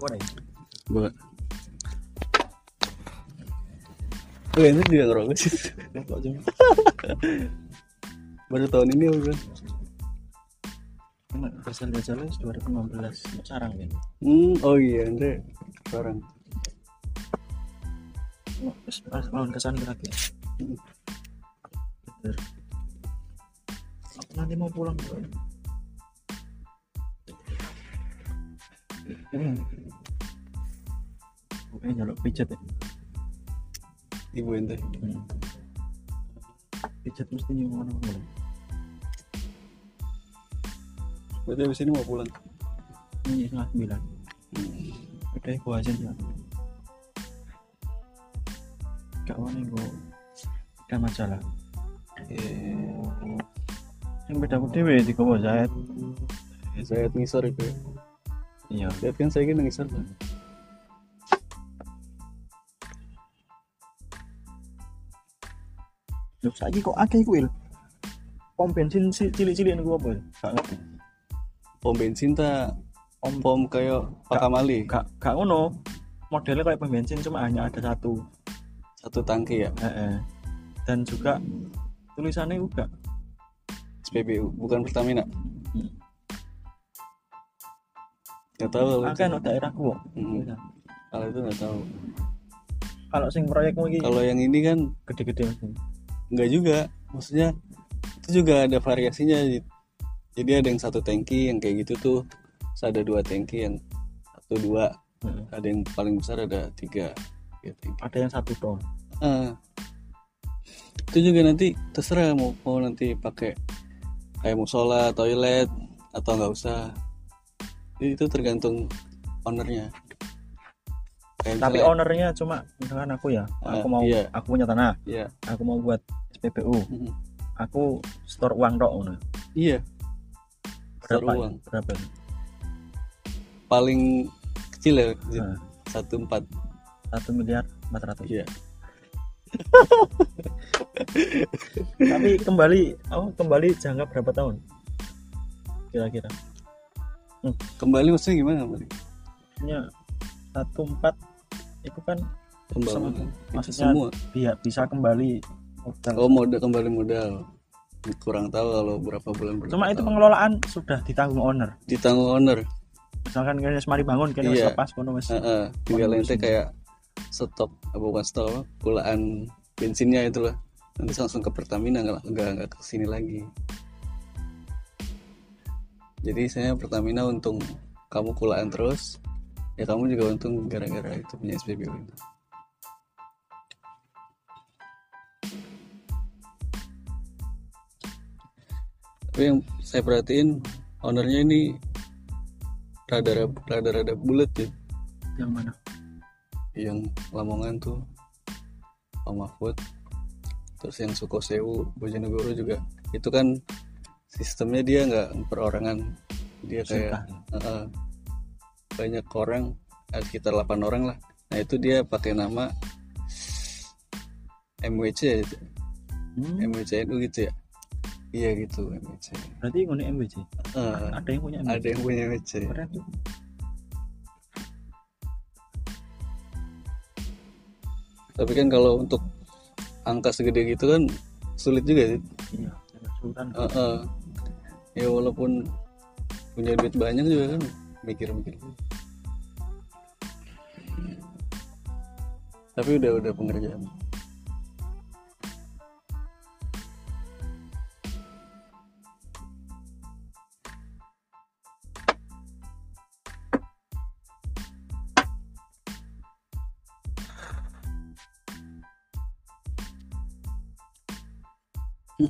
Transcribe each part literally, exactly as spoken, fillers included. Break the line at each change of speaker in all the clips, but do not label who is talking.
apa nih?
Buat. Oh, ini juga ngerokok sih.
Rokok cuma.
Baru tahun ini apa kan?
Cuma gajal-gajalnya dua ribu enam belas sarang kan.
Hmm, oh iya, Andre sekarang.
Oh, pas tahun kesan lagi. Bener. Aku nanti mau pulang. Hmm. Oke, jaluk pijat ya.
Ibu ente.
Hmm. Pijat mesti nyuwun ngono.
Berarti habis ini mau pulang.
Ini setengah sembilan.
Hmm.
Udah gua aja ya. Gak wani gua ada masalah.
Eh,
Yang beda ku dhewe di kowe Zaid.
saya ngisor itu.
Iya.
Lihat kan saya gini ngisor kan.
Lho saiki kok akeh kuwi. Pom bensin si cilik-cilik niku apa? Gak ngerti.
Pom bensin ta om pom kayak Pakamali.
Gak gak ngono. Modelnya kayak pom bensin cuma hanya ada satu.
Satu tangki ya.
Heeh. Dan juga tulisannya juga
S P B U bukan Pertamina.
hmm.
Gak tahu kalau
Akeh
itu.
no daerahku kok.
Hmm. Kalau itu nggak tahu.
Kalau sing proyekmu iki
Kalau yang ini kan
gede-gede Mas.
enggak juga. Maksudnya itu juga ada variasinya. Jadi ada yang satu tangki yang kayak gitu tuh. Terus ada dua tangki yang satu dua.
Hmm.
Ada yang paling besar ada tiga. Tiga tangki.
Ada yang satu ton.
Ah. Itu juga nanti terserah mau mau nanti pakai kayak musola, toilet atau nggak usah. Jadi itu tergantung ownernya. Kayak
Tapi
misalnya-
ownernya cuma misalkan aku ya,
Ah,
aku mau
iya.
aku punya tanah,
Iya.
aku mau buat S P B U,
Mhm.
aku store uang tok ngono.
Iya. Store
Berapa?
uang.
Berapa?
Paling kecil ya
Nah,
satu empat.
satu miliar empat ratus.
Iya.
Tapi kembali, oh kembali jangka berapa tahun? Kira-kira?
Kembali maksudnya gimana kembali?
Maksudnya satu empat itu kan
Pembangunan. Itu
maksudnya
semua.
dia bisa kembali modal.
Oh modal kembali modal. Kurang tahu kalau berapa bulan berapa
Cuma itu
tahun.
pengelolaan sudah ditanggung owner.
Ditanggung owner.
Misalkan kalian mari bangun kalian
Iya.
lepas kono wis.
Heeh. Tinggal
Bonus
ente
ini.
kayak stok apa bukan stok apa kulaan bensinnya itu lah. Nanti langsung ke Pertamina nggak nggak nggak ke sini lagi. Jadi saya Pertamina untung kamu kulaan terus, ya kamu juga untung gara-gara itu punya S P B U itu. Tapi yang saya perhatiin ownernya ini rada rada rada bulat ya.
Yang mana?
Yang Lamongan tuh Pak Mahfud, terus yang Sukosewu Bojonegoro juga itu kan sistemnya dia nggak perorangan, dia kayak uh, banyak orang, sekitar delapan orang lah. Nah itu dia pakai nama M W C
Hmm,
M W C N U gitu ya. Iya gitu M W C.
berarti ngono M W C.
Uh,
Ada yang punya M W C.
ada yang punya M W C.
Keren tuh.
Tapi kan kalau untuk angka segede gitu kan sulit juga sih.
Iya, Sultan.
Uh, uh. Ya walaupun punya duit banyak juga kan mikir-mikir. Tapi udah udah pengerjaan. Hmm.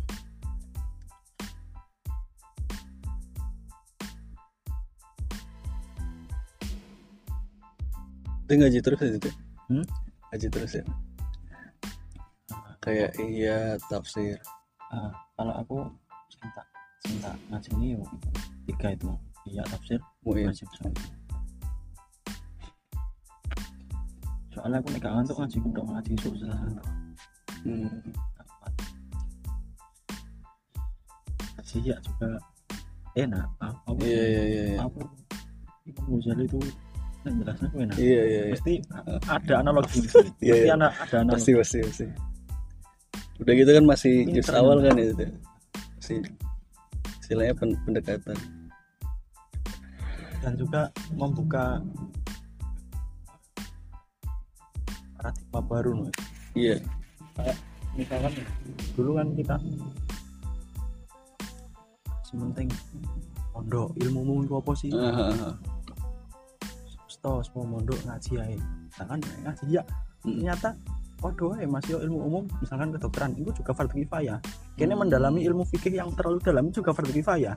Itu ngaji terus ya itu?
Hmm?
Ngaji terus ya? Kayak iya tafsir.
Ah, kalau aku cinta cinta ngaji ini yo tiga itu iya tafsir
Muin.
wajib sama. Soalnya aku nggak ngantuk ngaji udah ngaji susah.
Hmm.
Ngaji ya juga enak. Aku
Iya iya iya. iya.
aku Imam Ghazali itu Nek jelasnya kuwi nah.
Iya iya iya.
Mesti ada analogi.
Iya,
Mesti
iya.
ana- ada analogi.
Pasti pasti pasti. Udah gitu kan masih
Pinter
jurus awal
memang.
kan itu. Masih istilahnya pen- pendekatan.
Dan juga membuka paradigma baru loh.
Iya.
Kayak misalkan dulu kan kita sementing mondok ilmumu itu apa sih?
Ah,
Stos mau mondok ngaji ae. Misalkan ngaji ya
Mm.
ternyata waduh ya masih ilmu umum misalkan kedokteran itu juga fardu kifayah. Kini mendalami ilmu fikih yang terlalu dalam juga fardu kifayah.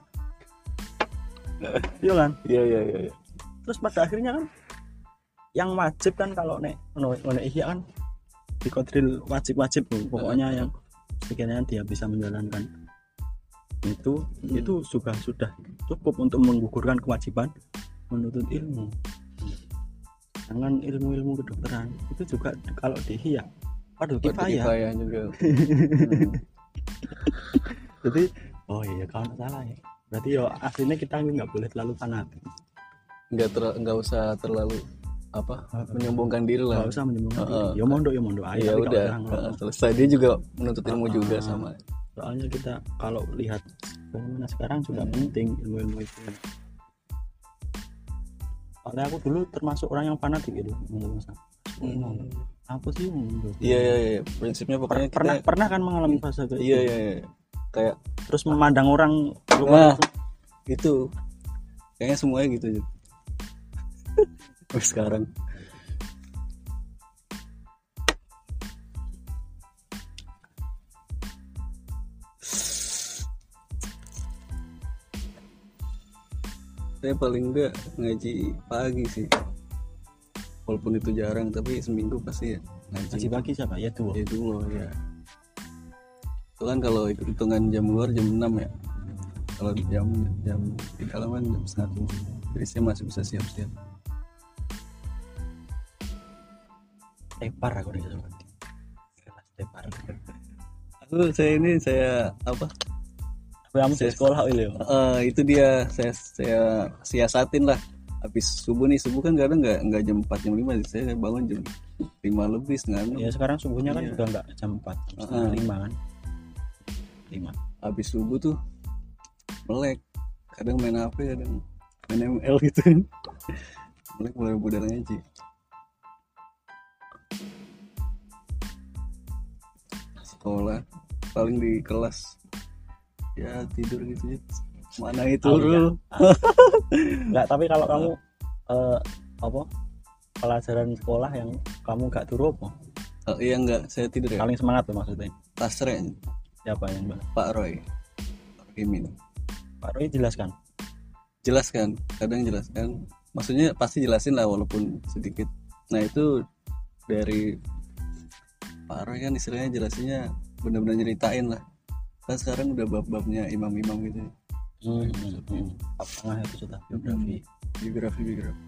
Iya kan?
Iya iya iya. iya.
Terus pada akhirnya kan yang wajib kan kalau nek ono ono ihya kan dikodril wajib-wajib tuh pokoknya yang sekiranya dia bisa menjalankan itu
Hmm.
itu juga sudah cukup untuk menggugurkan kewajiban menuntut ilmu. Jangan ilmu-ilmu kedokteran itu juga kalau di ihya fardu
Fardu
kifayah.
kifayah juga. Hmm.
Jadi oh iya kalau nggak salah ya. Berarti yo aslinya kita nggak boleh terlalu fanatik.
Nggak ter nggak usah terlalu apa menyombongkan diri lah.
Nggak usah menyombongkan
Heeh.
diri. Ya mondok ya mondok aja.
Ya
tapi
udah
nggak usah ngelok.
heeh, selesai dia juga menuntut ilmu
Ah,
juga
ah.
sama.
Soalnya kita kalau lihat fenomena sekarang juga
Hmm.
penting ilmu-ilmu itu. Soalnya aku dulu termasuk orang yang fanatik gitu. Menurut saya.
Hmm.
Apa sih mondok?
Iya iya iya. Prinsipnya
Per-
pokoknya kita
pernah pernah kan mengalami fase kayak
iya
gitu.
iya iya. Kayak
Terus memandang orang
nah
luar
itu kayaknya semuanya gitu aja. Oh, sekarang saya paling enggak ngaji pagi sih, walaupun itu jarang tapi seminggu pasti ya ngaji.
ngaji pagi siapa? Ya tuh.
Ya dulu ya. Itu kan kalau hitungan jam luar jam enam ya. Kalau jam jam di halaman jam setengah tujuh. Jadi saya masih bisa siap-siap.
Tepar aku nih sama. Kelas tepar.
Aku saya ini saya apa?
Kamu di sekolah ini.
Eh, itu dia saya saya siasatin lah. Habis subuh nih, subuh kan kadang nggak nggak jam empat jam lima sih. Saya bangun jam lima lebih setengah enam.
Ya sekarang subuhnya kan
Iya.
udah enggak jam empat, setengah
Uh-uh.
lima kan. lima.
Habis subuh tuh melek. Kadang main H P, kadang main M L gitu kan. Melek mulai budar ngaji. Sekolah paling di kelas ya tidur gitu ya. Mana itu
Oh,
Rul?
Enggak, tapi kalau kamu eh, apa? Pelajaran sekolah yang kamu enggak turu apa?
Oh, iya enggak, saya tidur ya.
Paling semangat tuh maksudnya.
Tasre,
Siapa yang bilang?
Pak Roy. Pak Imin.
Pak Roy jelaskan.
Jelaskan, kadang jelaskan. Maksudnya pasti jelasin lah walaupun sedikit. Nah itu dari Pak Roy kan istilahnya jelasinnya benar-benar nyeritain lah. Kan sekarang udah bab-babnya imam-imam gitu.
Hmm, hmm, hmm. Apa itu sudah biografi.
Biografi biografi.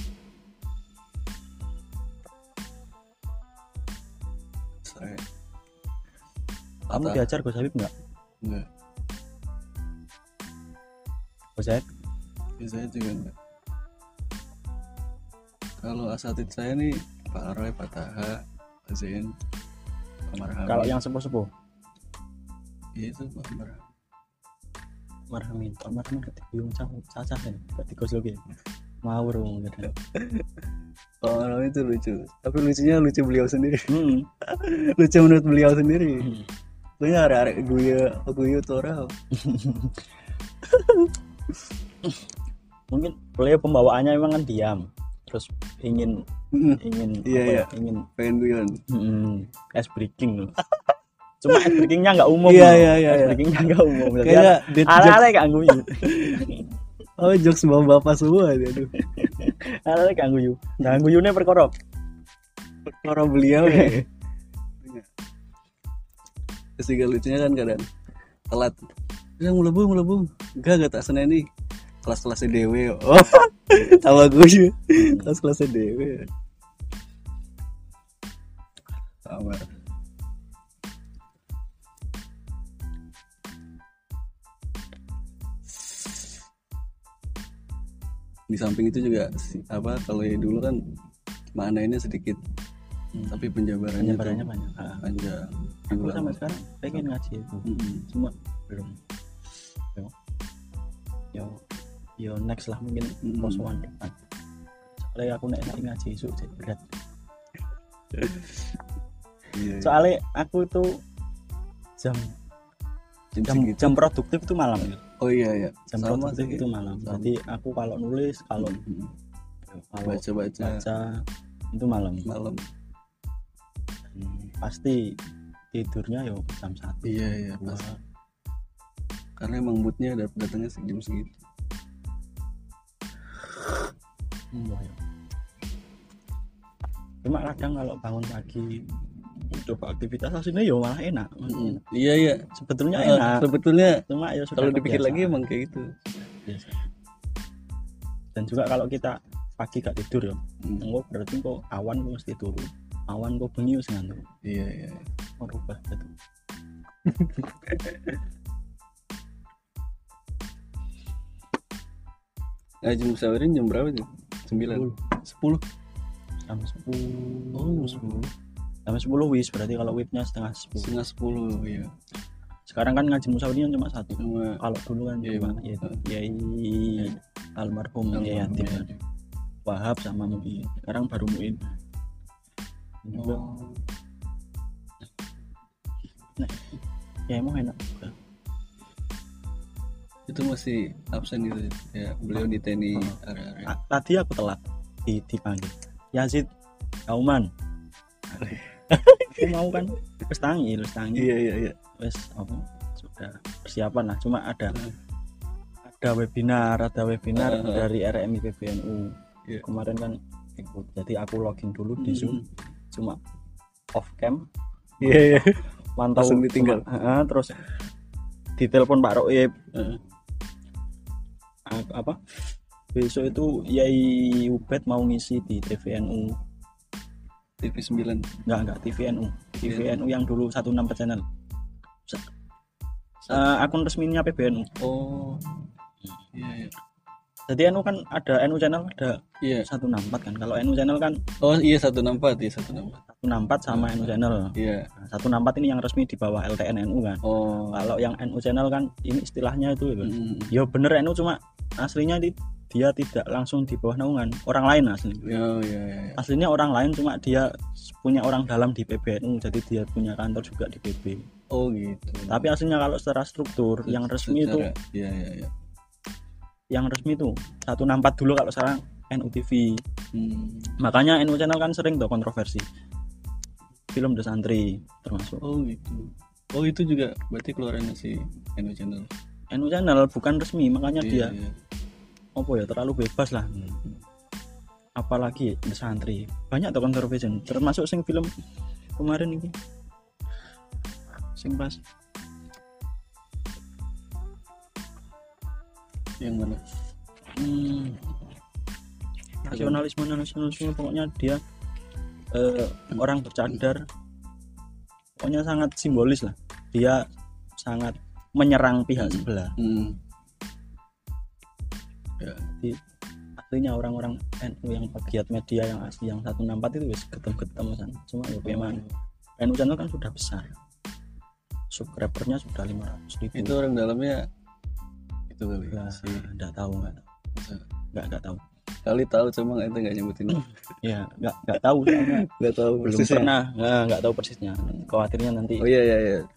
Saya
Kamu
Patah.
diajar Gus Habib enggak?
enggak,
Gus Habib?
ya saya juga enggak. Kalau asatid saya nih Pak Roy, Pak Taha, Pak Zain, Pak Marhami.
Kalau yang sepuh-sepuh,
Ya itu Pak Marhami.
Marhamin, Pak Marhamin ketika biung caca kan, ketika lagi mau dong gitu.
Pak Marhami itu lucu, tapi lucunya lucu beliau sendiri.
Hmm.
Lucu menurut beliau sendiri.
Hmm.
Soalnya arek-arek guyu guyu tora.
Mungkin beliau pembawaannya memang kan diam, terus ingin ingin
Iya,
apa
iya.
ya, ingin
Pengen guyon.
hmm, ice breaking loh. Cuma ice breakingnya nggak umum.
Iya,
loh.
iya, iya,
Ice
iya.
breakingnya nggak umum. Jadi
Kayak
kan
dead
ala-ala kayak guyu.
Oh, jokes bapak-bapak semua dia aduh.
Ala-ala kayak guyu. Nah guyune perkara
Para beliau ya. Terus juga lucunya kan kadang telat. Ya melebu melebu. Enggak enggak tak seneni. Kelas-kelasnya dewe. Oh. Tawa gue. Kelas-kelasnya dewe. Sama. di samping itu juga si- apa kalau ya dulu kan maknanya sedikit,
Hmm.
tapi penjabarannya,
penyebarannya
tuh
banyak. Ah,
panjang.
aku
Dulu
sampai
lama.
sekarang pengen ngaji itu,
Mm-mm.
cuma belum. Yo, yo, yo next lah mungkin
Mm-mm.
posoan depan. Soalnya aku nek nek ngaji isu jadi berat.
Iya, iya.
Soalnya aku tuh jam
Jam
jam,
segitu.
jam produktif itu malam.
Oh iya ya.
Jam
Sama
produktif
sih.
itu malam.
Sama.
Jadi aku kalau nulis, kalau
Mm-mm.
kalau
baca-baca
baca itu malam.
malam.
Hmm, pasti tidurnya yo jam satu.
Iya iya
dua.
pas. Karena emang moodnya dat- datangnya jam segitu.
Hmm, wah, ya. Cuma kadang kalau bangun pagi coba aktivitas aslinya yo malah enak.
Mm-mm. Iya iya.
Sebetulnya
Eh,
enak.
sebetulnya
Cuma ya sudah
kalau dipikir
kebiasaan.
lagi emang kayak gitu.
Biasa. Dan juga kalau kita pagi gak tidur ya,
Mm.
engko berarti kok awan kok mesti turu. Awan kok bengi wis ngantuk.
Iya iya.
Merubah itu.
Ngaji musawirin jam berapa tuh? Sembilan. Sepuluh.
Jam sepuluh.
Oh sepuluh.
Jam sepuluh wis berarti kalau wibnya setengah sepuluh.
Setengah sepuluh ya.
Sekarang kan ngaji musawirnya cuma satu.
Cuma
Kalau dulu kan
Iya,
cuma
iya.
ya, Yai almarhum Yai Yatim kan. Wahab sama Muin. Sekarang baru Muin. Juga
Oh.
ya emang enak juga.
Itu masih absen gitu ya. Beliau di T N I
Oh.
area-area.
Ah, tadi aku telat di dipanggil Yazid Kauman. Aku mau kan wis tangi, wis tangi.
Iya iya iya.
Wis apa sudah persiapan lah. Cuma ada
Hmm.
ada webinar, ada webinar
Uh-huh.
dari R M I P B N U.
Iya.
Kemarin kan ikut. Jadi aku login dulu di Zoom,
Mm.
cuma off cam,
Iya iya.
mantau
Langsung ditinggal.
cuma- Heeh, terus ditelepon Pak Roib.
Heeh.
A- apa besok itu Yai Ubed mau ngisi di T V N U.
T V sembilan.
Enggak enggak T V N U. T V N U yang dulu seratus enam empat channel.
Sa-
Eh, akun resminya P B N U.
Oh. Iya iya.
Jadi N U kan ada N U channel ada
Iya.
seratus enam empat kan. Kalau N U channel kan
Oh iya satu enam empat ya satu enam empat.
seratus enam empat sama N U channel.
Iya.
Nah, seratus enam empat ini yang resmi di bawah L T N N U kan.
Oh.
Kalau yang N U channel kan ini istilahnya itu ya.
Mm.
Ya bener N U cuma aslinya di, dia tidak langsung di bawah naungan orang lain asli.
Oh iya iya. iya.
Aslinya orang lain cuma dia punya orang dalam di P B N U jadi dia punya kantor juga di P B.
Oh gitu.
Tapi aslinya kalau secara struktur yang resmi itu
Secara- Iya iya iya.
yang resmi itu seratus enam puluh empat dulu, kalau sekarang N U T V.
Hmm.
Makanya N U channel kan sering tuh kontroversi. Film The Santri termasuk.
Oh gitu. Oh itu juga berarti keluarannya si Eno Channel.
N U channel bukan resmi, makanya dia
Iya, iya.
apa ya terlalu bebas lah. Apalagi The Santri banyak tuh kontroversi, termasuk sing film kemarin ini sing pas
Yang mana?
hmm, nasionalisme nasionalisme pokoknya dia eh, orang bercadar, pokoknya sangat simbolis lah, dia sangat menyerang pihak sebelah.
Hmm. Ya.
Di aslinya orang-orang N U yang pegiat media yang asli yang seratus enam puluh empat itu wis ketemu-ketemu sana. Cuma ya memang N U channel kan sudah besar, subscribernya sudah lima ratus ribu.
Itu orang dalamnya itu kali.
Nah,
Si
nggak tahu nggak tahu nggak nggak tahu
kali tahu cuma itu nggak nyebutin.
ya nggak nggak tahu soalnya
Nggak tahu
belum
persisnya.
pernah nah, nggak tahu persisnya, khawatirnya nanti
Oh iya iya iya.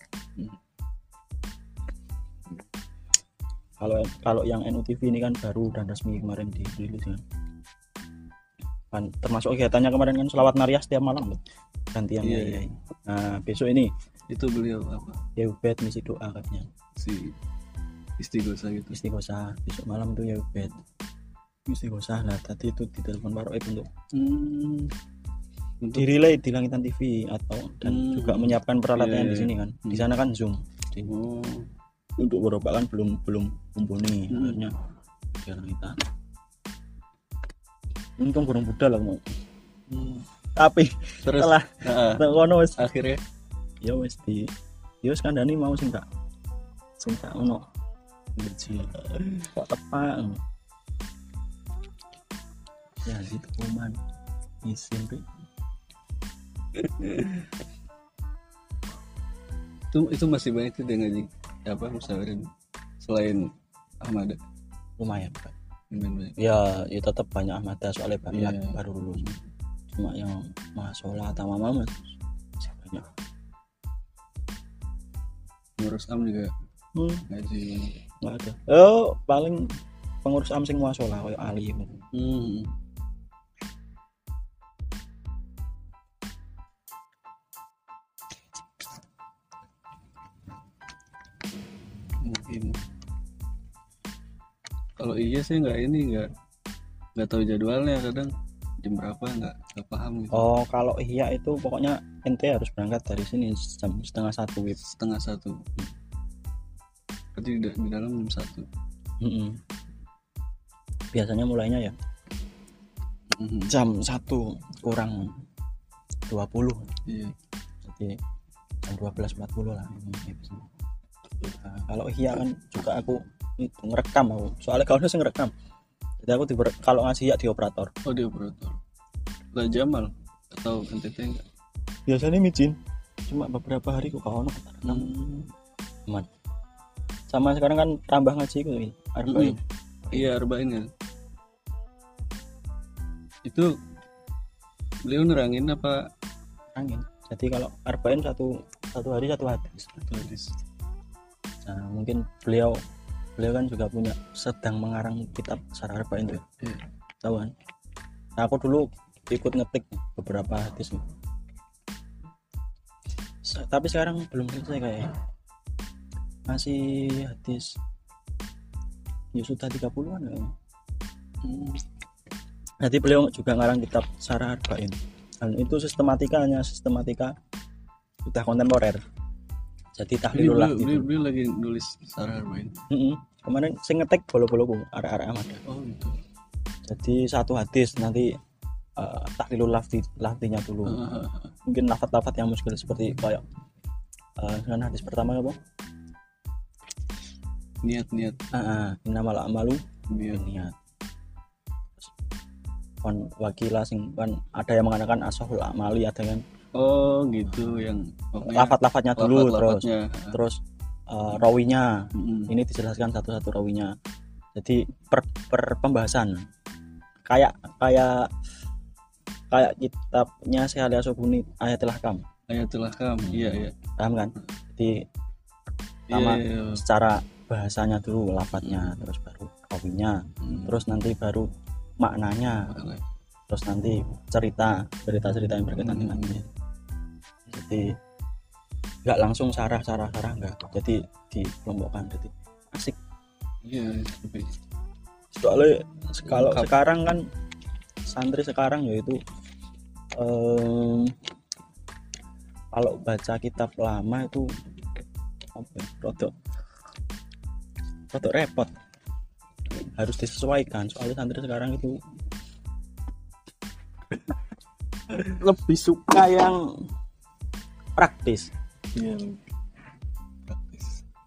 kalau kalau yang N U T V ini kan baru dan resmi kemarin dirilis kan. Kan termasuk kegiatannya kemarin kan selawat Maria setiap malam loh, gantian
Iya,
ya,
iya.
ya. Nah besok ini
Itu beliau apa?
ya Ubed misi doa katanya,
Si Istighosa gitu.
istighosah besok malam tuh ya Ubed istighosah. Nah tadi itu ditelepon Pak Roib untuk
Hmm. Untuk
direlay di Langitan T V atau dan
Hmm.
juga menyiapkan peralatan
Iya,
di sini kan. Di sana kan Zoom. Di,
oh.
untuk berobat kan belum belum mumpuni.
Hmm.
Akhirnya di Langitan. Untung burung budal lah mau.
Hmm.
Tapi
Terus
setelah
nah,
kono wis
akhirnya
ya wis di ya wis kandhani mau sing tak sing tak ono. Gaji kok tepak. Ya gitu kuman isin Pi.
itu itu masih banyak tuh yang ngaji apa musawarin selain Ahmad.
Lumayan Pak.
Lumayan banyak.
Ya, ya tetap banyak Ahmada soalnya banyak
Iya.
baru lulus. Cuma yang masalah atau mama masih banyak.
Ngurus am juga
Hmm,
ngaji.
nggak ada. Oh, paling pengurus am sing muasalah kayak Ali.
Hmm. Mungkin kalau iya sih nggak ini nggak nggak tahu jadwalnya, kadang jam berapa nggak nggak paham gitu.
Oh, kalau iya itu pokoknya ente harus berangkat dari sini jam setengah satu wib.
Setengah satu. Berarti di, di dalam jam satu.
Mm-mm. Biasanya mulainya ya
Mhm.
jam satu kurang dua puluh.
Iya.
Jadi jam dua belas empat puluh lah ini biasanya. Nah, kalau iya kan juga aku itu ngerekam aku. Soalnya kalau saya ngerekam. Jadi aku di, kalau ngasih iya di operator.
Oh, di operator. Lah Jamal atau N T T enggak?
Biasanya micin. Cuma beberapa hari kok kalau rekam.
Hmm.
Aman. Sama sekarang kan tambah ngaji itu ini. Arba'in.
Iya, arba'in ya. Itu beliau nerangin apa
Angin. Jadi kalau arba'in satu satu hari satu hadis.
satu hadis?
Nah, mungkin beliau beliau kan juga punya sedang mengarang kitab Syarah Arba'in tuh.
Iya.
Tahu kan? Nah, aku dulu ikut ngetik beberapa hadis. Se- Tapi sekarang belum selesai kayaknya. Masih hadis ya sudah tiga puluhan kayaknya.
Hmm.
Jadi beliau juga ngarang kitab Syarah Arba'in. Dan itu sistematikanya sistematika sudah kontemporer. Jadi
Ini
tahlilul
beliau,
lafzi.
beliau, beliau lagi nulis Syarah arba'in.
Mm-mm. Kemarin saya ngetek bolo-boloku arek-arek amat.
Oh gitu.
Jadi satu hadis nanti uh, tahlilul lafzi lafzinya dulu.
Ah, ah, ah.
Mungkin lafaz-lafaz yang muskil seperti kayak uh, dengan hadis pertama apa?
Niat-niat
Ah, innamal a'malu
niat.
binniyat. Kon wakila sing kan ada yang mengatakan ashahul amali, ada yang
Oh gitu, yang pokoknya
lafaz-lafaznya dulu terus
lafaz-lafaznya.
terus uh, rawinya.
Mm-mm.
Ini dijelaskan satu-satu rawinya. Jadi per, per pembahasan kayak kayak kayak kitabnya Syekh Ali Asobuni Ayatul Ahkam.
Ayatul Ahkam. Iya, iya.
Paham kan? Jadi
Iya,
sama
iya.
secara bahasanya dulu lafadznya, terus baru rawinya,
Hmm.
terus nanti baru maknanya, terus nanti cerita cerita-cerita yang berkaitan
Hmm.
dengannya. Jadi nggak langsung sarah sarah sarah nggak, jadi dikelompokkan, jadi asik.
Iya, tapi
Soalnya kalau
Lengkap.
sekarang kan santri sekarang yaitu em, kalau baca kitab lama itu apa ya, rodok rodok repot, harus disesuaikan. Soalnya santri sekarang itu lebih suka yang praktis.
iya praktis.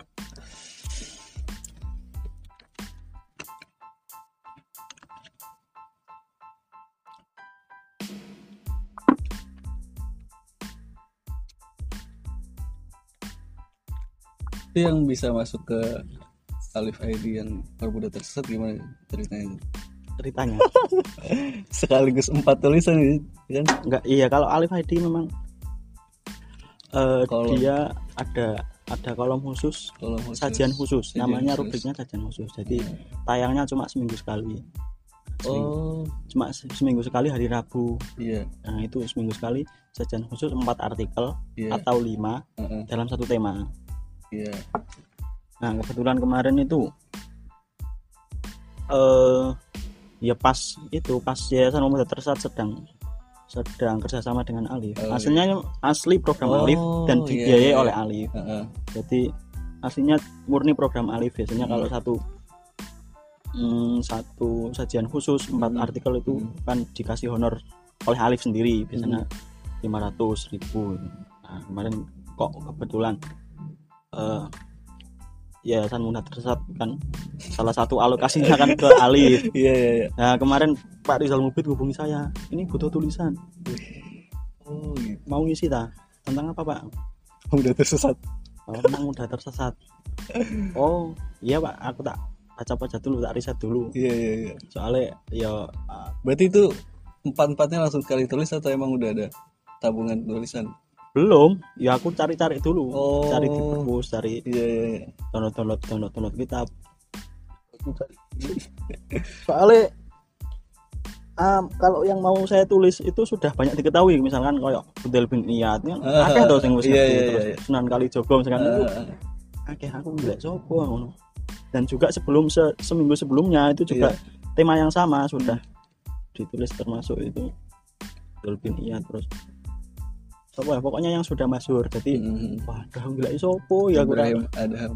Itu yang bisa masuk ke Alif I D yang perbudak tersesat gimana ceritanya?
Ceritanya
Sekaligus empat tulisan gitu kan?
enggak, iya, kalau Alif I D memang eh,
Kolom.
dia ada ada kolom khusus,
Kalau khusus,
sajian khusus,
sajian
namanya
khusus.
rubriknya sajian khusus. Jadi tayangnya cuma seminggu sekali,
Oh
cuma se- seminggu sekali hari Rabu.
iya,
Nah, itu seminggu sekali sajian khusus empat artikel
iya,
atau lima
Heeh,
dalam satu tema.
iya.
Nah, kebetulan kemarin itu eh ya pas itu pas Yayasan Pemuda Tersesat sedang sedang kerjasama dengan Alif.
Oh,
Aslinya asli program
Oh,
Alif dan
iya,
dibiayai
iya.
oleh Alif.
Heeh.
Jadi aslinya murni program Alif. Biasanya
Hmm.
kalau satu hmm, satu sajian khusus empat
Hmm.
artikel itu
Hmm.
kan dikasih honor oleh Alif sendiri, biasanya lima ratus ribu. Nah, kemarin kok kebetulan eh, Yayasan Muda Tersesat kan salah satu alokasinya kan ke Alif.
Iya iya iya.
Nah kemarin Pak Rizal Mubid hubungi saya, ini butuh tulisan.
Oh gitu.
Mau ngisi ta? Tentang apa Pak?
Udah tersesat.
Oh, tentang Muda Tersesat. Oh iya Pak, aku tak baca-baca dulu, tak riset dulu.
Iya iya iya.
Soalnya ya
Berarti itu empat-empatnya langsung sekali tulis atau emang udah ada tabungan tulisan?
belum, ya aku cari-cari dulu,
Oh.
cari di perpus, cari
Iya iya iya.
download-download download-download kitab. Soalnya um, kalau yang mau saya tulis itu sudah banyak diketahui, misalkan kayak Budel bin Iyad nya
Ah,
akeh to sing wis
iya,
ngerti,
iya,
terus
iya.
Sunan Kalijogo misalkan itu
Ah,
akeh aku nggak coba ngono. Dan juga sebelum se- seminggu sebelumnya itu juga
Iya.
tema yang sama sudah ditulis, termasuk itu Budel bin Iyad terus apa ya, pokoknya yang sudah masyhur. Jadi
mm,
waduh gila iso opo ya aku
Ibrahim Adham.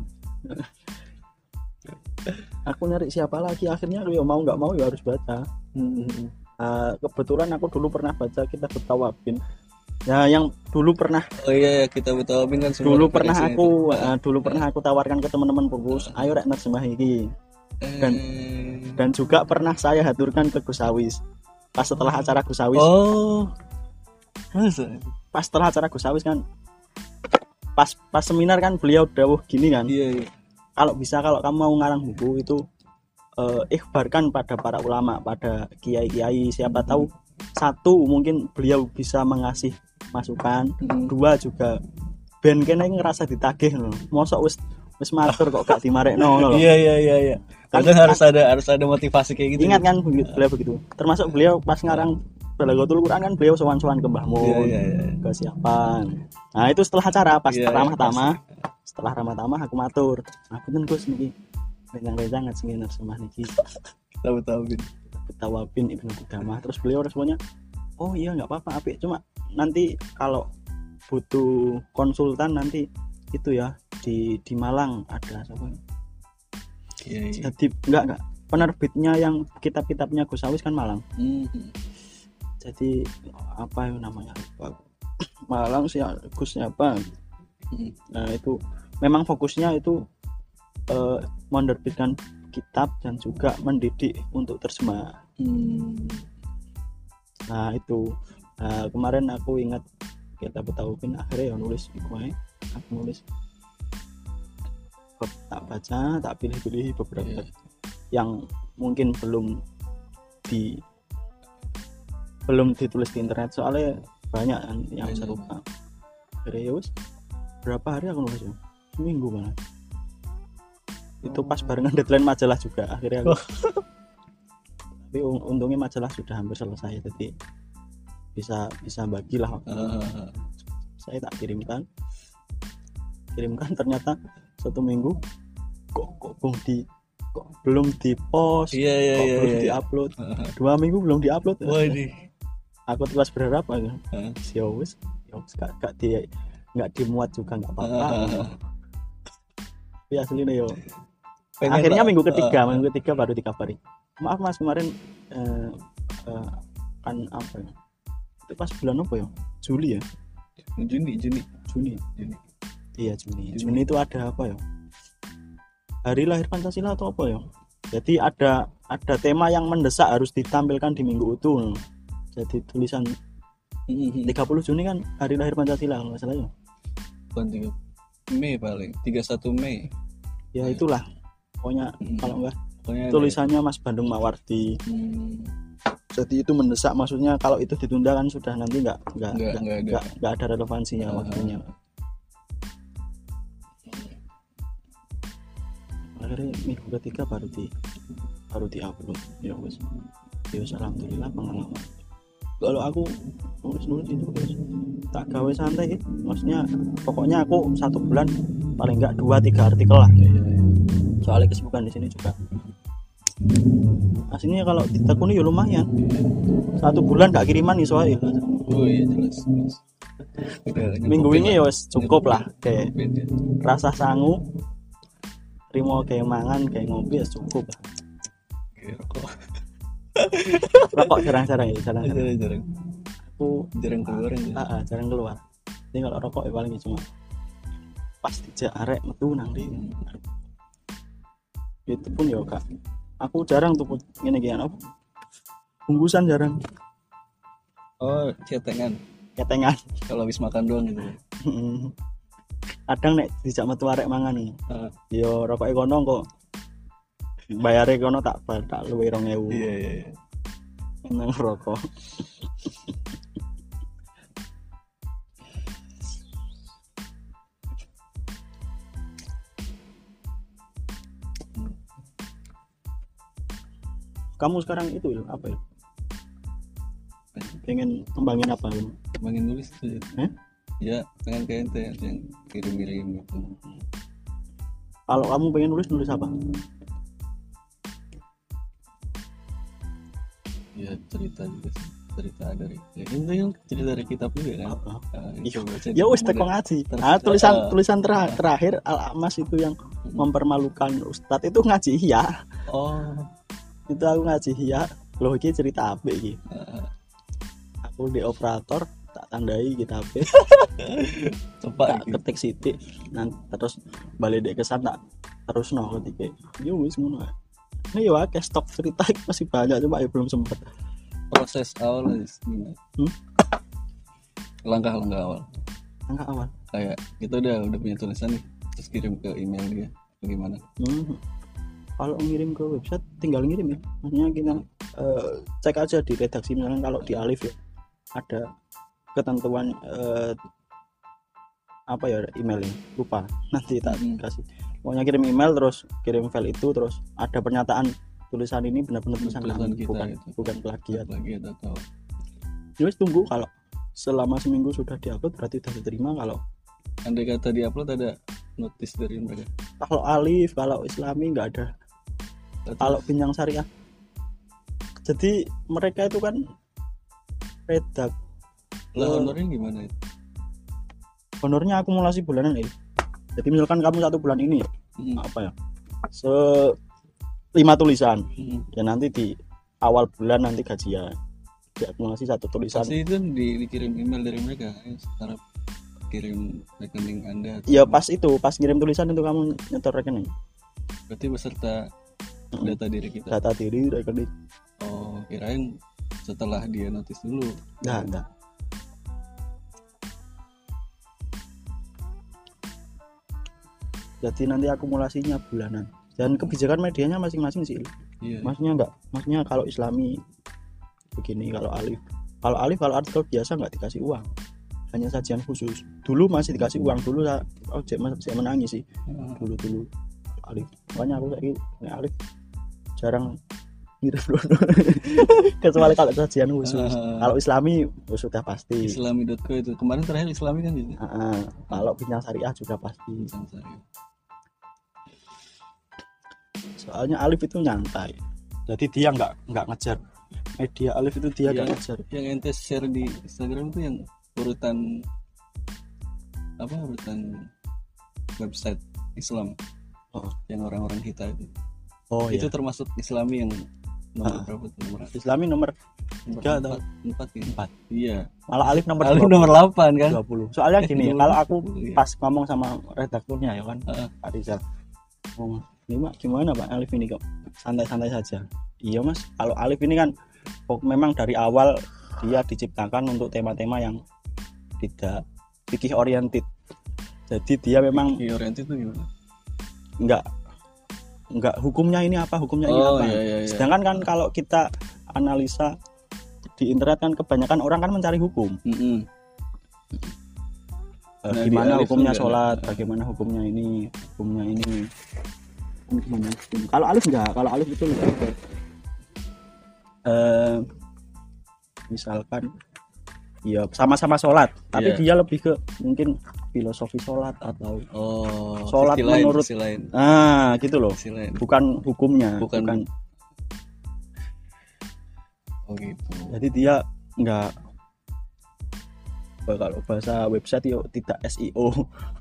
aku nyari siapa lagi, akhirnya aku ya mau nggak mau ya harus baca.
Mm,
Uh, kebetulan aku dulu pernah baca kitab Tawabin. Ya yang dulu pernah
Oh iya, iya, kita Butawabin kan semua
dulu pernah
referensinya
aku
itu.
uh, dulu pernah aku tawarkan ke teman-teman perpus, ayo rek nerjemah iki. dan-
Eh,
Dan juga pernah saya haturkan ke Gus Awis. Pas setelah acara Gus Awis,
Oh. Masa?
pas setelah acara Gus Awis kan pas pas seminar kan beliau dawuh gini kan,
Iya iya.
kalau bisa kalau kamu mau ngarang buku itu uh, ikhbarkan pada para ulama, pada kiai-kiai, siapa tahu satu mungkin beliau bisa mengasih masukan,
Mm.
dua juga ben kene ngerasa ditagih loh. Mosok wis wis matur kok gak dimarekno loh.
Iya iya iya iya.
Kan-
Kadang harus ada harus ada motivasi kayak gitu.
Ingat kan begitu, beliau begitu. Termasuk beliau pas ngarang Balaghatul Quran kan beliau sowan-sowan ke Mbah
Iya
Mun,
iya iya.
ke siapa. Nah, itu setelah acara pas
Iya, iya,
ramah-tamah. Setelah ramah-tamah aku matur, "Aku ten Gus niki rencang-rencang ngat seminar semah niki
Kita Butawabin.
Tawabin Ibnu Qudamah." Terus beliau responnya, "Oh iya nggak apa-apa, apik. Cuma nanti kalau butuh konsultan nanti itu ya di di Malang ada siapa?"
Iya iya.
Jadi enggak enggak penerbitnya yang kitab-kitabnya Gus Awis kan Malang.
Mm.
Jadi apa yang namanya lupa. Malang sih Gus siapa?
Mm.
Nah itu memang fokusnya itu eh, menerbitkan kitab dan juga mendidik untuk terjemah.
Mm.
Nah itu nah, kemarin aku ingat kita Betawupin akhirnya ya nulis iku ae. Aku nulis tak baca, tak pilih-pilih beberapa
Iya.
yang mungkin belum di belum ditulis di internet, soalnya banyak kan yang
Banyak.
serupa. Akhirnya ya wis, berapa hari aku nulis ya? Seminggu malah. Itu pas barengan deadline majalah juga akhirnya aku. Tapi un- untungnya majalah sudah hampir selesai, jadi bisa bisa bagilah waktu.
Ah,
Saya tak kirimkan kirimkan ternyata satu minggu kok kok belum di kok belum di post,
Iya iya
kok
iya.
belum
iya.
di upload, dua minggu belum di upload.
Wah ini.
Aku kelas berharap kan
Hah?
ya wis ya wis, gak gak di nggak dimuat juga nggak apa-apa.
Ah.
Tapi aslinya yo
Pengen
akhirnya
lah.
minggu ketiga
Ah.
minggu ketiga baru dikabari, maaf mas kemarin eh, eh, kan apa ya itu pas bulan apa ya, Juli ya
Juni Juni.
Juni
Juni.
iya Juni
Juni.
Juni itu ada apa ya, hari lahir Pancasila atau apa ya, jadi ada ada tema yang mendesak harus ditampilkan di minggu itu. Jadi tulisan
Mm.
tiga puluh Juni kan hari lahir Pancasila kalau nggak salah ya.
Bukan tiga Mei paling tiga puluh satu Mei.
Ya itulah pokoknya
Mm.
kalau enggak
Pokoknya ada.
tulisannya Mas Bandung Mawardi.
Hmm.
Jadi itu mendesak, maksudnya kalau itu ditunda kan sudah nanti enggak enggak
Nggak,
enggak,
nggak ada.
enggak, enggak ada relevansinya
Ah.
waktunya. Akhirnya minggu ketiga baru di baru di upload ya wes. Ya wes, alhamdulillah pengalaman. Kalau aku nulis-nulis itu wes tak gawe santai, maksudnya pokoknya aku satu bulan paling enggak dua tiga artikel lah. Soalnya kesibukan di sini juga. Aslinya kalau ditekuni ya lumayan. Satu bulan gak kiriman nih soalnya.
Oh iya jelas. jelas. Udah,
Minggu
nyukupin
ini
lah.
ya wes cukup lah, kayak
Nyukupin ya.
rasa sangu, rimo kayak mangan, kayak ngopi ya cukup lah.
Oke, rokok.
Rokok jarang-jarang ya, jarang-jarang.
Jarang-jarang.
Aku
Jarang keluar ya.
ah, ah, jarang keluar. Ini kalau rokok ya paling cuma pas dijak arek metu nang di. Itu pun ya kak, aku jarang tuh gini gini apa bungkusan jarang,
Oh, cetengan.
ketengan.
Kalau habis makan doang gitu.
Kadang nek dijak metu arek mangan nih,
Heeh.
yo rokok kono kok bayare kono tak tak luwih rong ewu
Iya, iya, iya.
nang rokok. Kamu sekarang itu Il, apa ya? Pengen kembangin apa Il?
Kembangin nulis tuh.
Eh?
Ya, pengen kayak ente yang kirim-kirim gitu.
Kalau kamu pengen nulis nulis apa?
Ya cerita juga sih. Cerita dari ya, itu yang cerita dari kitab juga kan.
Apa?
Nah, itu baca
Ya
di
wis
buku
teko
dan-
ngaji.
Terus-
Ah, tulisan
ah.
tulisan tera- terakhir Al Amas itu yang mempermalukan Ustadz itu ngaji ya.
Oh,
Itu aku ngaji ya. Loh iki cerita apik iki.
ah,
Aku di operator tak tandai kitabnya,
coba
tak
gitu.
ketik sithik nanti terus balik dek kesan tak terus no ketik. Yo wis ngono. ae. Ini ya akeh stok cerita iki masih banyak cuma ya belum sempet.
Proses awal is gimana?
Hmm?
Langkah-langkah awal.
Angka awal.
Kayak kita udah udah punya tulisan nih, terus kirim ke email dia. Bagaimana?
Hmm. Kalau ngirim ke website tinggal ngirim ya. Maksudnya kita eh, cek aja di redaksi misalkan kalau di Alif ya ada ketentuan eh, apa ya emailnya lupa nanti tak
Hmm.
kasih. Pokoknya kirim email terus kirim file itu terus ada pernyataan tulisan ini benar-benar tulisan
Tulisan
kamu
kita
bukan
itu.
bukan plagiat.
Lagi atau
Jadi tunggu kalau selama seminggu sudah diupload berarti sudah diterima. Kalau
andai kata diupload ada notis dari mereka.
kalau Alif kalau Islami nggak ada.
Atau-
Kalau Bincang Syariah jadi mereka itu kan redak
lah
eh,
honornya gimana itu?
honornya akumulasi bulanan ini. Jadi misalkan kamu satu bulan ini ya,
Hmm.
apa ya se lima tulisan
Hmm.
ya nanti di awal bulan nanti gajian diakumulasi satu tulisan.
Pasti itu di, dikirim email dari mereka ya, secara kirim rekening anda atau-
Ya pas itu pas ngirim tulisan itu kamu nyetor rekening
berarti beserta data diri kita.
data diri rekening.
Oh, kirain setelah dia notis dulu.
Nah, enggak. Jadi nanti akumulasinya bulanan dan kebijakan medianya masing-masing sih.
Iya.
Maksudnya enggak, maksudnya kalau Islami begini, kalau Alif, kalau Alif kalau artikel biasa nggak dikasih uang, hanya sajian khusus. Dulu masih dikasih uang, dulu saya, oh saya men- saya menangis sih,
Ah,
dulu dulu Alif. Makanya aku lagi Alif jarang ngirim dulu, kecuali kalau sajian khusus.
Ah.
Kalau Islami oh, sudah pasti.
Islami dot co itu kemarin terakhir Islami kan gitu.
Ah, ah. Kalau Bincang Syariah juga pasti.
Bincang Syariah.
Soalnya Alif itu nyantai, jadi dia nggak nggak ngejar media Alif itu dia nggak
Iya.
ngejar.
Yang ente share di Instagram itu yang urutan apa urutan website Islam
Oh.
yang orang-orang kita itu.
Oh
Itu
iya.
termasuk Islami yang nomor
Ah.
berapa tuh nomor
Islami nomor
nomor
Tiga atau-
empat, empat ya?
empat.
Iya.
Malah Alif nomor
Lalu
dua-
nomor delapan kan?
dua puluh. Soalnya gini,
Dua
kalau
puluh,
aku
dua puluh, iya.
pas ngomong sama redakturnya ya kan,
Heeh.
Pak Rizal, ngomong, ini Mak, gimana Pak Alif ini kok santai-santai saja. Iya Mas, kalau Alif ini kan kok memang dari awal dia diciptakan untuk tema-tema yang tidak fikih oriented. Jadi dia memang
Iya, oriented itu gimana?
nggak nggak hukumnya ini apa hukumnya ini
Oh,
apa.
iya, iya, iya.
Sedangkan kan kalau kita analisa di internet kan kebanyakan orang kan mencari hukum.
Mm-mm.
Eh,
Nah, di
gimana
Alif
hukumnya
enggak,
sholat,
enggak.
bagaimana hukumnya ini, hukumnya ini. Kan gimana hukum. Kalau Alif enggak, kalau Alif itu lebih ke eh, misalkan ya sama-sama sholat, tapi
Iya.
dia lebih ke mungkin filosofi sholat atau
Oh,
Sholat
sisi lain,
menurut-
sisi lain,
ah gitu loh,
sisi lain.
bukan hukumnya,
Bukan-
bukan.
Oh gitu.
Jadi dia enggak kalau bahasa website yuk tidak S E O.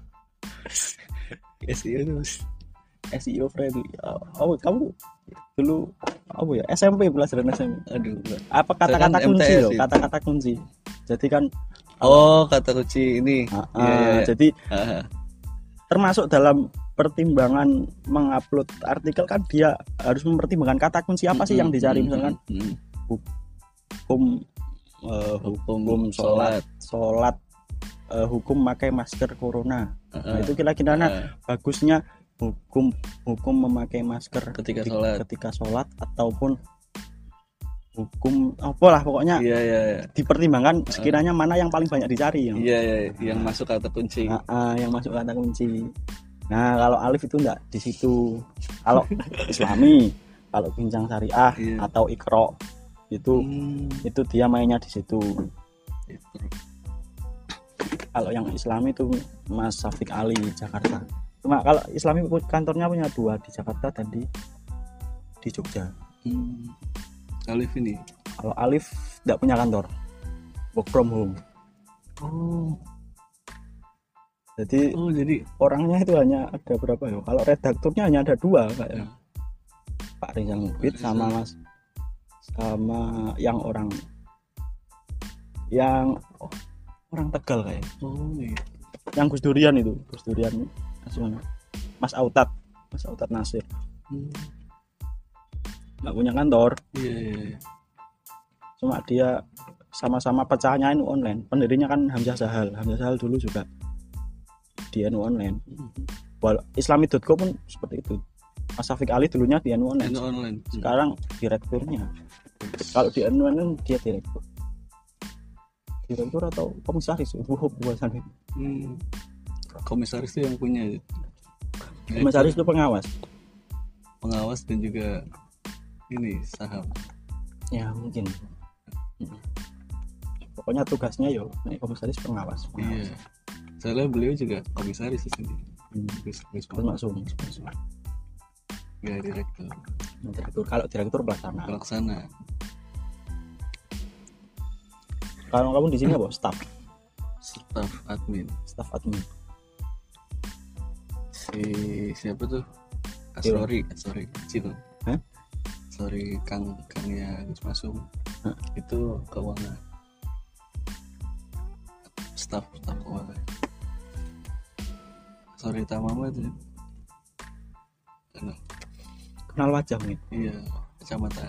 S E O itu S E O friendly. Oh, kamu dulu apa ya S M P pelajaran S M P
Aduh. enggak.
apa kata-kata
Saya kan
kunci
M T S
loh,
itu.
kata-kata kunci. Jadi kan
Oh, kata kunci ini.
ah,
Iya, iya,
ah,
iya.
jadi
Ah,
termasuk dalam pertimbangan mengupload artikel kan dia harus mempertimbangkan kata kunci apa sih yang dicari, misalkan hukum uh, hukum, hukum sholat sholat uh, hukum memakai masker corona. Uh, nah, itu kira-kira uh, bagusnya hukum hukum memakai masker
ketika
ketika
sholat
ketika sholat ataupun hukum apa lah pokoknya.
Iya, iya, iya.
Dipertimbangkan sekiranya mana yang paling banyak dicari.
Iya, iya, yang masuk kata kunci.
Uh, uh, yang masuk kata kunci. Nah, kalau alif itu enggak di situ. Kalau Islami, kalau bincang syariah iya. atau Iqra itu hmm. itu dia mainnya di situ. Itu. Kalau yang Islami itu Mas Syafiq Ali Jakarta. Cuma kalau Islami kantornya punya dua di Jakarta dan di di Jogja.
Hmm. Alif ini.
Kalau Alif tidak punya kantor, work from home.
Oh.
Jadi,
oh, jadi
orangnya itu hanya ada berapa ya? Kalau redakturnya hanya ada dua kayak Pak Rizal Mubid sama Mas sama yang orang yang oh, orang Tegal kayak.
Oh iya.
Yang Gus Durian itu, Gus Durian Mas Autat, Mas Autat Nasir. Hmm. Nggak punya kantor.
Iya, iya, iya.
Cuma dia sama-sama pecahnya ini online. Pendirinya kan Hamzah Zahal. Hamzah Zahal dulu juga di anu online. Walau islami dot com pun seperti itu. Mas Syafiq Ali dulunya di anu online.
online.
Sekarang direkturnya. Kalau di anu online dia direktur. Direktur atau komisaris? Wuh, buasan itu.
Hmm. Komisaris itu yang punya.
Komisaris itu pengawas.
Pengawas dan juga ini saham.
Ya mungkin. Pokoknya tugasnya yo, komisaris pengawas. pengawas.
Iya. Soalnya beliau juga komisaris di sini.
Hmm. Langsung.
Ya direktur.
Direktur. Kalau direktur pelaksana.
Pelaksana.
Kalau kamu di sini apa? Staff.
Staff admin.
Staff admin.
Si siapa tuh? Asori, Asori Cil.
Hah?
Sorry Kang Kangnya Gus Masum. Huh? Itu keuangan. Staff staff keuangan. Sorry Tamama itu. Kenal.
Kenal wajah nih.
Iya, kecamatan.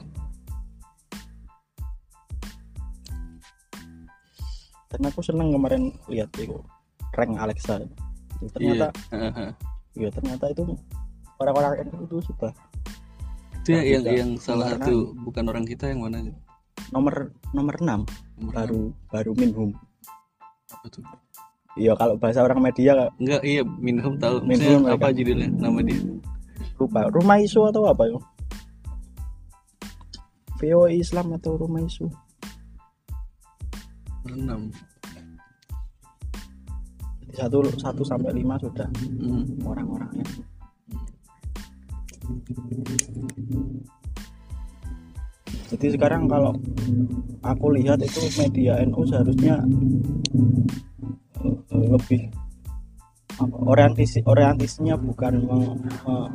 Dan aku seneng kemarin lihat itu rank Alexa. Ternyata
iya,
iya ternyata itu orang-orang itu sudah
itu ya, yang yang salah satu enam. Bukan orang kita yang mana
nomor nomor enam nomor baru enam. Baru Minhum
apa tuh
iya kalau bahasa orang media
enggak iya Minhum tahu
Minhum
apa judulnya nama dia
lupa Rumah Isu atau apa ya V O I Islam atau Rumah Isu
enam
satu satu sampai lima sudah hmm. orang-orangnya. Jadi sekarang kalau aku lihat itu media N U seharusnya uh, lebih apa, orientasi orientasinya bukan meng, uh,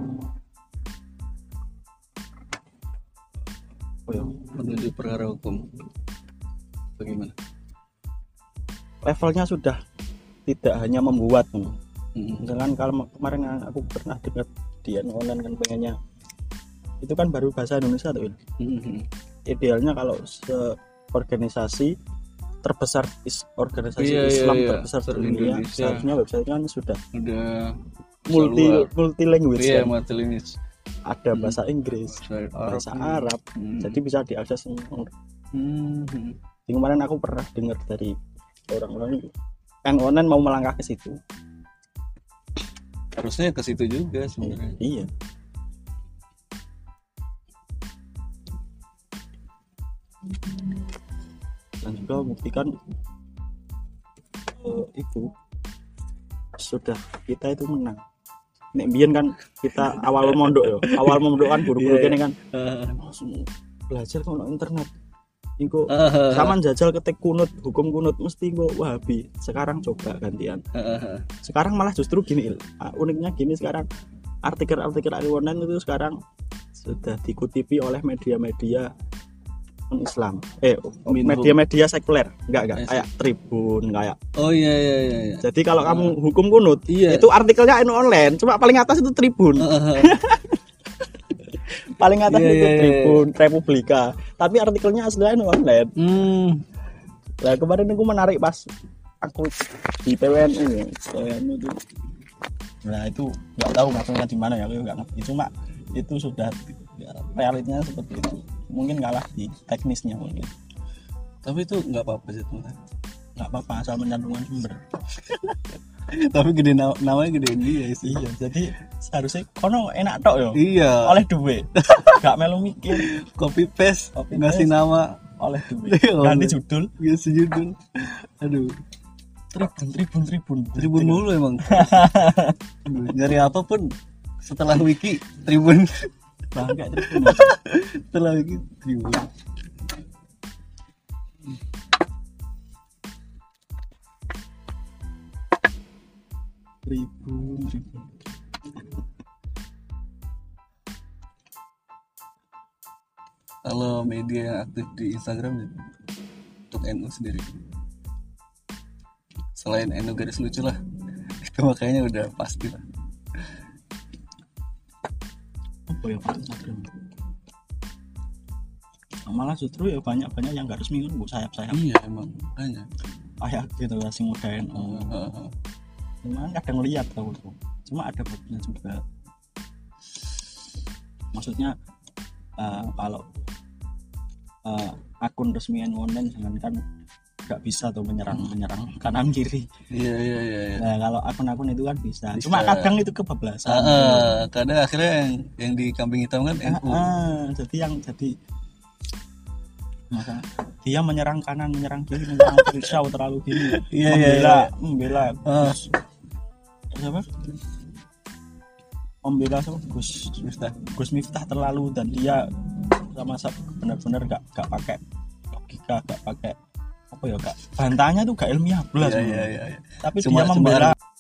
oh ya, menuju perkara hukum. Bagaimana?
Levelnya sudah tidak hanya membuat. Hmm. Misalkan kalau kemarin aku pernah dengar di N U online kan pengennya itu kan baru bahasa Indonesia tuh. Mm-hmm. Idealnya kalau seorganisasi terbesar is, organisasi
iya,
Islam
iya, iya.
terbesar di dunia seharusnya website kan sudah
udah
multi multi language
iya,
kan?
multi language
ada bahasa Inggris
bahasa
Arab, bahasa Arab.
Hmm.
Jadi bisa diakses semua. Hmm. Kemarin aku pernah dengar dari orang-orang yang online mau melangkah ke situ.
Harusnya ke situ juga sebenarnya.
Iya. Dan juga membuktikan uh, itu sudah kita itu menang. Nek biyen kan kita awal mondok ya, awal mondok kan guru-guru
yeah,
kene kan
uh,
langsung belajar kalau internet. Iku uh, saman jajal ketik kunut, hukum kunut mesti kok Wahabi. Sekarang coba gantian.
Uh,
sekarang malah justru gini, uniknya gini sekarang artikel-artikel online itu sekarang sudah dikutipi oleh media-media Islam eh
Minhum.
media-media sekuler enggak enggak
Eh,
kayak Tribun kayak
Oh iya iya iya. iya.
jadi kalau kamu hukum kunut
Iya.
itu artikelnya anu online cuma paling atas itu Tribun paling atas
Iya,
itu
iya, iya.
Tribun Republika tapi artikelnya aslinya anu online.
Hmm.
Lah kemarin aku menarik pas aku di P W N U ya, P W N U itu. Nah itu nggak tahu maksudnya di mana ya, aku nggak ngerti. Cuma itu sudah ya, realitinya seperti itu. Mungkin kalah di teknisnya mungkin.
Tapi itu nggak apa-apa sih teman.
Nggak apa-apa asal mencantumkan sumber.
Tapi gede na- namanya gedein dia sih.
Iya, jadi seharusnya kono enak tok yo.
Iya.
Oleh duit. Nggak melu mikir.
Copy paste,
Copy
ngasih
paste.
nama,
Oleh duit.
Iya,
Ganti
oleh.
judul
ngasih judul. Aduh,
Tribun Tribun Tribun.
Tribun mulu emang. Nyari apapun setelah wiki Tribun.
Bangga Tribun.
Setelah wiki Tribun.
Tribun Tribun.
Kalau media yang aktif di Instagram ya, untuk N U sendiri. Selain N U garis lucu lah, itu makanya udah pasti lah.
Apa ya Pak Instagram? Malah justru ya banyak-banyak yang gak resmi kan bu sayap-sayap
Iya emang banyak.
kayak gitu lah sing udah N U.
Heeh.
Cuma kadang lihat tau tuh. Cuma ada bagusnya juga. Maksudnya eh, kalau eh, akun resmi N U online jangan kan nggak bisa tuh menyerang menyerang kanan kiri.
Iya iya iya. iya.
Nah kalau akun-akun itu kan bisa.
Bisa.
Cuma kadang itu kebablasan.
Heeh, kadang akhirnya yang yang di kambing hitam kan N U.
Ah, jadi yang jadi maka dia menyerang kanan menyerang kiri menyerang pisau terlalu gini
Iya, iya,
membela
iya.
membela
Ah.
Gus siapa membela siapa Gus
Miftah.
Gus Miftah terlalu dan dia sama sama benar-benar gak gak pakai logika gak pakai apa ya gak bantahnya tuh gak ilmiah belas
Iya iya iya. iya.
tapi
Cuma-
dia
cuma
membela